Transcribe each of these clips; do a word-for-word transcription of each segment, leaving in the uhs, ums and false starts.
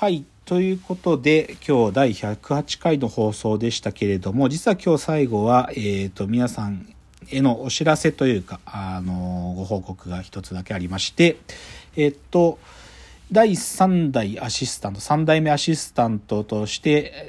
はい、ということで今日だいひゃくはちかいの放送でしたけれども、実は今日最後は、えーと、皆さんへのお知らせというか、あのご報告が一つだけありまして、えっとだいさんだいアシスタント、さんだいめアシスタントとして、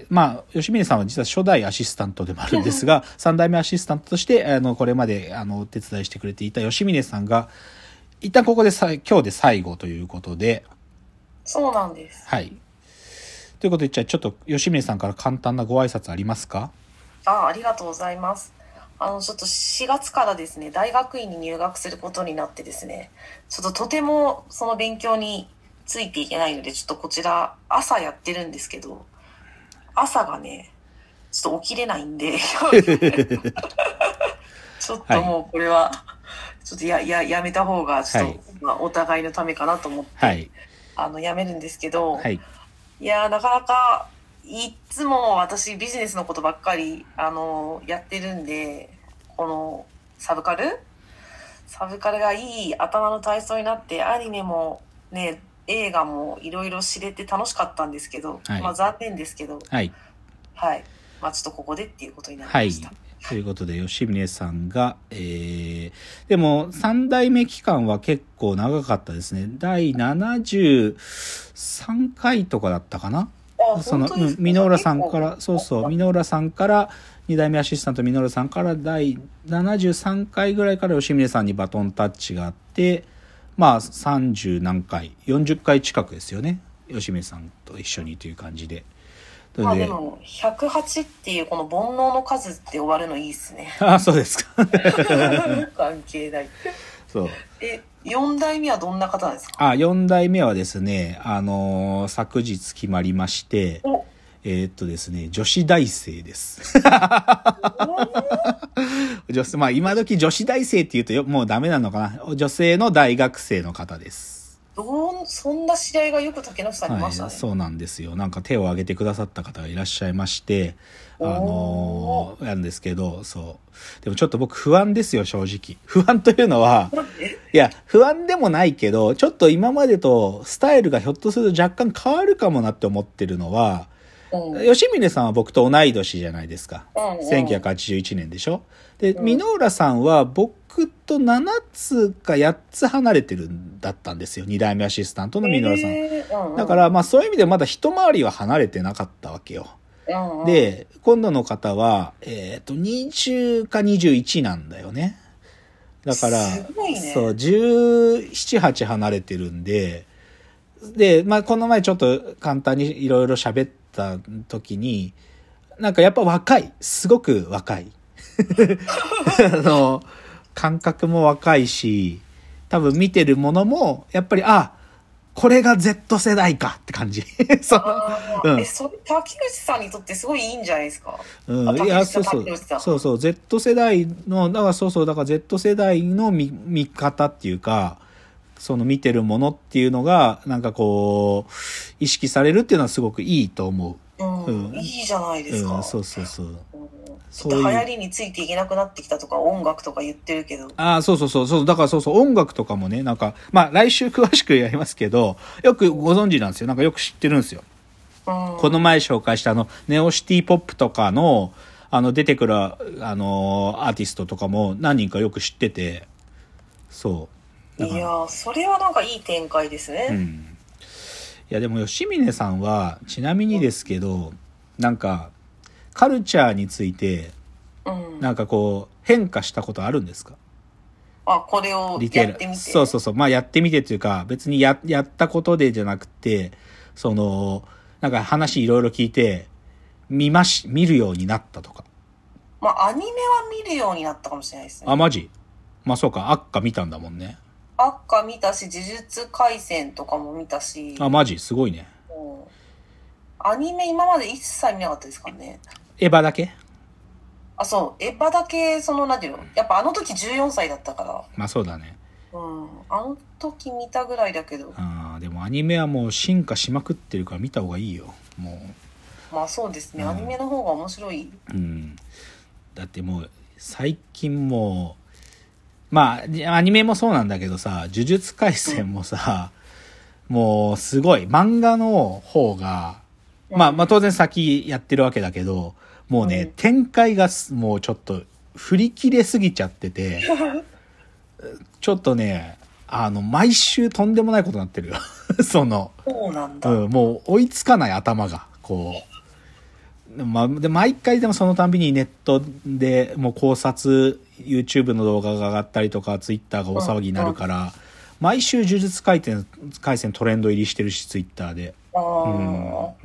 まあ、吉峰さんは実は初代アシスタントでもあるんですが、さんだいめアシスタントとして、あの、これまで、あの、お手伝いしてくれていた吉峰さんが、一旦ここでさ、今日で最後ということで。 そうなんです。 はい。ということで、じゃあちょっと吉峰さんから簡単なご挨拶ありますか？ あ、ありがとうございます。あの、ちょっとしがつからですね、大学院に入学することになってですね、ちょっととてもその勉強についていけないので、ちょっとこちら朝やってるんですけど、朝がね、ちょっと起きれないんで、ちょっともうこれは、ちょっとや、や、やめた方が、ちょっと、はい、まあ、お互いのためかなと思って、はい、あの、やめるんですけど、はい、いや、なかなか、いつも私ビジネスのことばっかり、あの、やってるんで、このサブカルサブカルがいい頭の体操になって、アニメもね、映画もいろいろ知れて楽しかったんですけど、はい、まあ残念ですけど、はい。はい。まあちょっとここでっていうことになりました。はい。 ということで、吉峰さんが、えー、でもさんだいめ期間は結構長かったですね。だいななじゅうさんかいとかだったかな。その、箕浦さんから、そうそう、箕浦さんから、にだいめアシスタント箕浦さんからだいななじゅうさんかいぐらいから吉峰さんにバトンタッチがあって、まあさんじゅう何回、よんじゅっかい近くですよね。吉峰さんと一緒にという感じで。 まあでもひゃくはちっていうこの煩悩の数って終わるのいいっすね。 ああ、そうですか。 関係ない。 そう。 え、よんだいめはどんな方なんですか？ あ、よんだいめはですね、あのー、昨日決まりまして、えー、っとですね、女子大生です。女性、まあ今時女子大生って言うとよもうダメなのかな。女性の大学生の方です。 どうそんな知り合いがよく竹野さんにいましたね、はい。 そうなんですよ。なんか手を挙げてくださった方がいらっしゃいまして、あのー、なんですけど、そう。でもちょっと僕不安ですよ、正直。不安というのは、いや、不安でもないけど、ちょっと今までとスタイルがひょっとすると若干変わるかもなって思ってるのは、うん、吉峰さんは僕と同い年じゃないですか。うんうん、せんきゅうひゃくはちじゅういちねんでしょ。で、箕浦さんは僕とななつかやっつ離れてるんだったんですよ。にだいめアシスタントの箕浦さん。えーうんうん、だからまあそういう意味でまだ一回りは離れてなかったわけよ。うんうん、で、今度の方は、えっと、にじゅうかにじゅういちなんだよね。だから、 すごいね、 そう、じゅうなな、はち離れてるんで、で、まあこの前ちょっと簡単にいろいろ喋った時に、なんかやっぱ若い。すごく若い。あの、感覚も若いし、多分見てるものも、やっぱり、あ、これが Z 世代かって感じ。 そうん、え、それ、竹内さんにとってすごいいいんじゃないですか。 うん、いや、そうそう。そうそう、Z 世代の、だからそうそう、だから Z 世代の見、見方っていうか、その見てるものっていうのが、なんかこう、意識されるっていうのはすごくいいと思う。うん。うん、いいじゃないですか。 うん、そうそうそう。うんちょっと流行りについていけなくなってきたとか音楽とか言ってるけど。 ああ、そうそうそう。そうだからそうそう、音楽とかもね、なんか、まあ来週詳しくやりますけど、よくご存知なんですよ。なんかよく知ってるんですよ。うん、この前紹介したあの、ネオシティポップとかの、あの、出てくる、あの、アーティストとかも何人かよく知ってて、そう。 いやー、それはなんかいい展開ですね。 うん。いや、でも吉峰さんは、ちなみにですけど、うん、なんか、カルチャーについて、うん、なんかこう変化したことあるんですか？ あ、これをやってみて。 そうそうそう。まあやってみてというか、別にや、やったことでじゃなくて、その、なんか話いろいろ聞いて、見まし、見るようになったとか。 まあアニメは見るようになったかもしれないですね。 あ、マジ？まあそうか、アッカ見たんだもんね。 アッカ見たし、呪術廻戦とかも見たし。 あ、マジ？すごいね。 うん。アニメ今まで一切見なかったですからね。 エヴァだけ？ あ、そう。エヴァだけ、その、なんていうの？やっぱあの時じゅうよんさいだったから。 まあそうだね。 うん。あの時見たぐらいだけど。 ああ、でもアニメはもう進化しまくってるから見た方がいいよ。もう。まあそうですね。うん、アニメの方が面白い。 うん。だってもう、最近もう、まあ、アニメもそうなんだけどさ、呪術廻戦もさ、 もうすごい漫画の方が、まあまあ当然先やってるわけだけど、もうね、うん、展開がもうちょっと振り切れすぎちゃってて、ちょっとね、あの、毎週とんでもないことになってるよ。その、 そうなんだ。 うん、もう追いつかない頭が、こう。まあ、で、毎回でもそのたんびにネットでもう考察、YouTube の動画が上がったりとか、Twitter が大騒ぎになるから、うんうん、毎週呪術廻戦、廻戦トレンド入りしてるし、Twitter で。うん、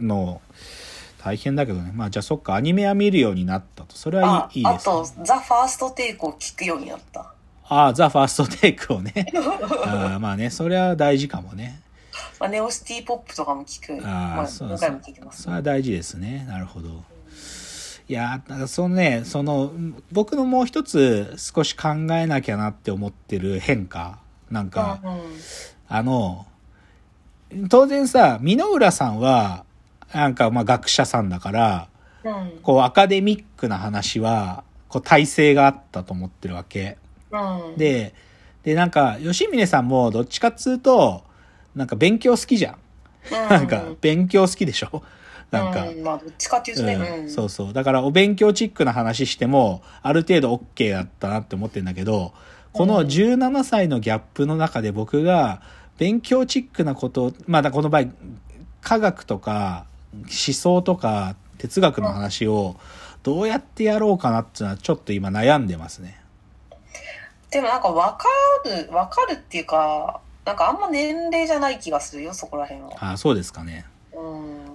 の、大変だけどね。まあじゃあそっか、アニメは見るようになったと。それはいい、いいですね。 あと、ザ・ファーストテイクを聞くようになった。 ああ、ザ・ファーストテイクをね。あまあね、それは大事かもね。 まあ、ネオシティポップとかも聞く。あ、まあ、そう何回も聞いてます、ね。 それは大事ですね。なるほど。いや、なんかそのね、その、僕のもう一つ少し考えなきゃなって思ってる変化。なんか、うんうん、あの、当然さ、箕浦さんは、なんかまあ学者さんだから、うん、こうアカデミックな話は、こう体制があったと思ってるわけ。うん、で、で、なんか、吉峰さんもどっちかっつうと、なんか勉強好きじゃん。うん、なんか、勉強好きでしょなんか、うん、 まあ、どっちかっていうとね、 うん、そうそう。だから、お勉強チックな話しても、ある程度 OK だったなって思ってるんだけど、このじゅうななさいのギャップの中で僕が、勉強チックなことを、まあ、この場合、科学とか、思想とか、哲学の話を、どうやってやろうかなっていうのは、ちょっと今悩んでますね。 でもなんか分かる、分かるっていうか、なんかあんま年齢じゃない気がするよ、そこら辺は。 ああ、そうですかね。うん。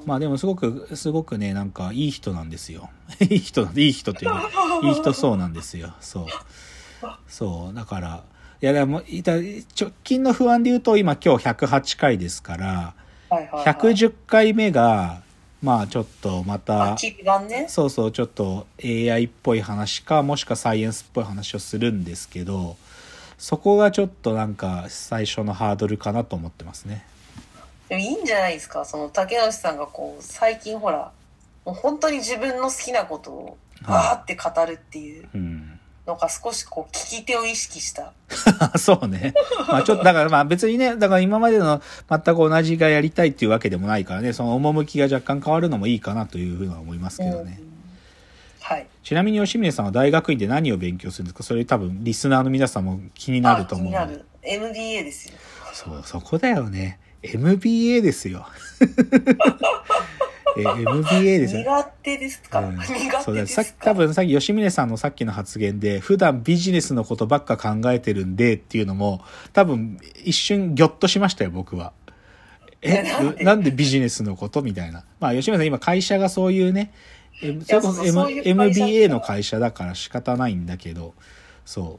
まあでもすごく、すごくね、なんかいい人なんですよ。いい人なんで、いい人っていうか、いい人そうなんですよ。そう。そう。だから、いやでも、直近の不安で言うと、今今日ひゃくはちかいですから、はいはいはい、ひゃくじゅっかいめが、まあちょっとまた、 ね、 そうそう、ちょっと エーアイ っぽい話か、もしくはサイエンスっぽい話をするんですけど、そこがちょっとなんか最初のハードルかなと思ってますね。 でもいいんじゃないですか、その竹内さんがこう、最近ほら、もう本当に自分の好きなことをバーって語るっていうのが少しこう、聞き手を意識した。 そうね。まあちょっと、だからまあ別にね、だから今までの全く同じがやりたいっていうわけでもないからね、その趣が若干変わるのもいいかなというふうには思いますけどね。うん、 はい。 ちなみに吉峰さんは大学院で何を勉強するんですか？それ多分リスナーの皆さんも気になると思う。気になる。エムビーエー ですよ。 そう、そこだよね。エムビーエー ですよ。え エムビーエー ですよ。 苦手ですか？うん、苦手ですか？ そうだ。さっき多分さっき吉峰さんのさっきの発言で普段ビジネスのことばっか考えてるんでっていうのも多分一瞬ギョッとしましたよ僕は。えなんで、なんでビジネスのことみたいな。まあ吉峰さん今会社がそういうね、それこそ エムビーエー の会社だから仕方ないんだけど、そう。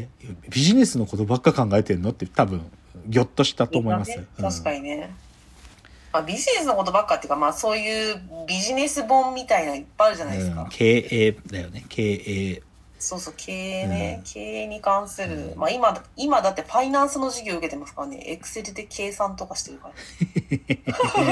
えビジネスのことばっか考えてるのって多分ギョッとしたと思います。 ね、確かにね。うんまあ、ビジネスのことばっかっていうか、まあそういうビジネス本みたいなのいっぱいあるじゃないですか。うん、 経営だよね、経営。 そうそう、経営ね。うん、経営に関する。うん、まあ今、今だってファイナンスの授業受けてますからね。エクセルで計算とかしてるから。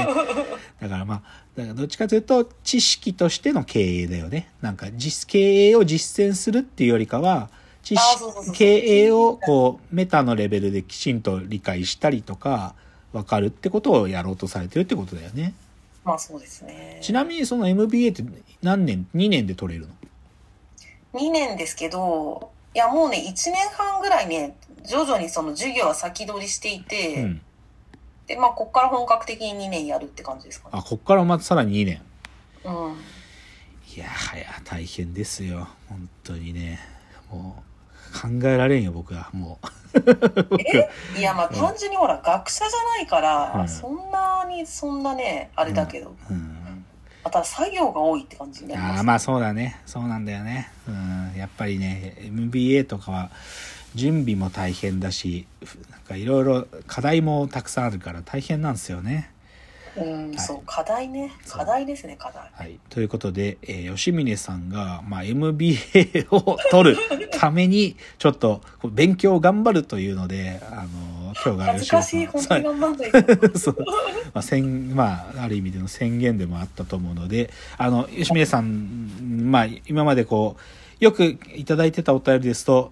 だからまあ、だからどっちかというと知識としての経営だよね。なんか実、経営を実践するっていうよりかは、知識、経営をこうメタのレベルできちんと理解したりとか、分かるってことをやろうとされてるってことだよね。 まあそうですね。 ちなみにその エムビーエー って何年 ?に 年で取れるの？ に 年ですけど、いやもうねいちねんはんぐらいね徐々にその授業は先取りしていて、うん、でまあこっから本格的ににねんやるって感じですかね。 あ、こっからまたさらににねん。 うん。 いやはや大変ですよ本当にね。もう考えられんよ僕はもう。 えいやまあ単純にほら、うん、学者じゃないから、うん、そんなにそんなねあれだけど、うんうん、また作業が多いって感じになります、ね、 あまあそうだねそうなんだよね、うん、やっぱりね エムビーエー とかは準備も大変だしなんかいろいろ課題もたくさんあるから大変なんですよね。 うん、はい、そう課題ね課題ですね課題、 はい、ということで、えー、吉峰さんが、まあ、エムビーエー を取るためにちょっと勉強を頑張るというので、あのー、今日が吉峰さん恥ずかしい本当に頑張んないそう、まあ宣まあ、ある意味での宣言でもあったと思うのであの吉峰さん、まあ、今までこうよくいただいてたお便りですと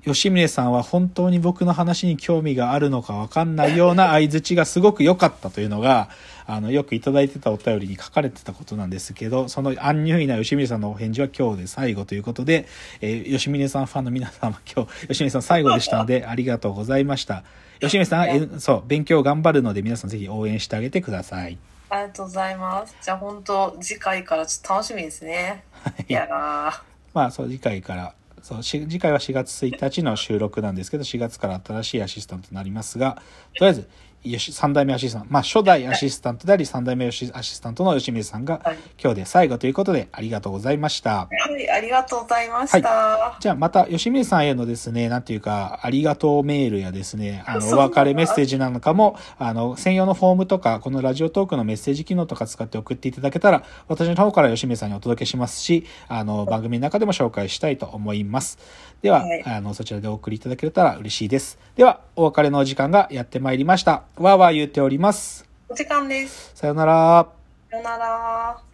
吉峰さんは本当に僕の話に興味があるのかわかんないような相槌がすごく良かったというのが、あの、よくいただいてたお便りに書かれてたことなんですけど、そのアンニュイな吉峰さんのお返事は今日で最後ということで、えー、吉峰さんファンの皆様、今日、吉峰さん最後でしたので、ありがとうございました。吉峰さんは、え、そう、勉強頑張るので皆さんぜひ応援してあげてください。 ありがとうございます。じゃあ本当、次回からちょっと楽しみですね。はい。いやー。 まあ、そう、次回から、そう次回はしがつついたちの収録なんですけど、しがつから新しいアシスタントになりますが、とりあえずさん代目アシスタント、まあ初代アシスタントでありさん代目アシスタントの吉水さんが今日で最後ということで、ありがとうございました。 はい、ありがとうございました。 はい、じゃあまた吉水さんへのですね、なんていうか、ありがとうメールやですね、あの、お別れメッセージなんかも、あの、専用のフォームとか、このラジオトークのメッセージ機能とか使って送っていただけたら、私の方から吉水さんにお届けしますし、あの、番組の中でも紹介したいと思います。では、はい、あの、そちらでお送りいただけたら嬉しいです。では、お別れのお時間がやってまいりました。わーわー言っております。 お時間です。 さよなら。 さよなら。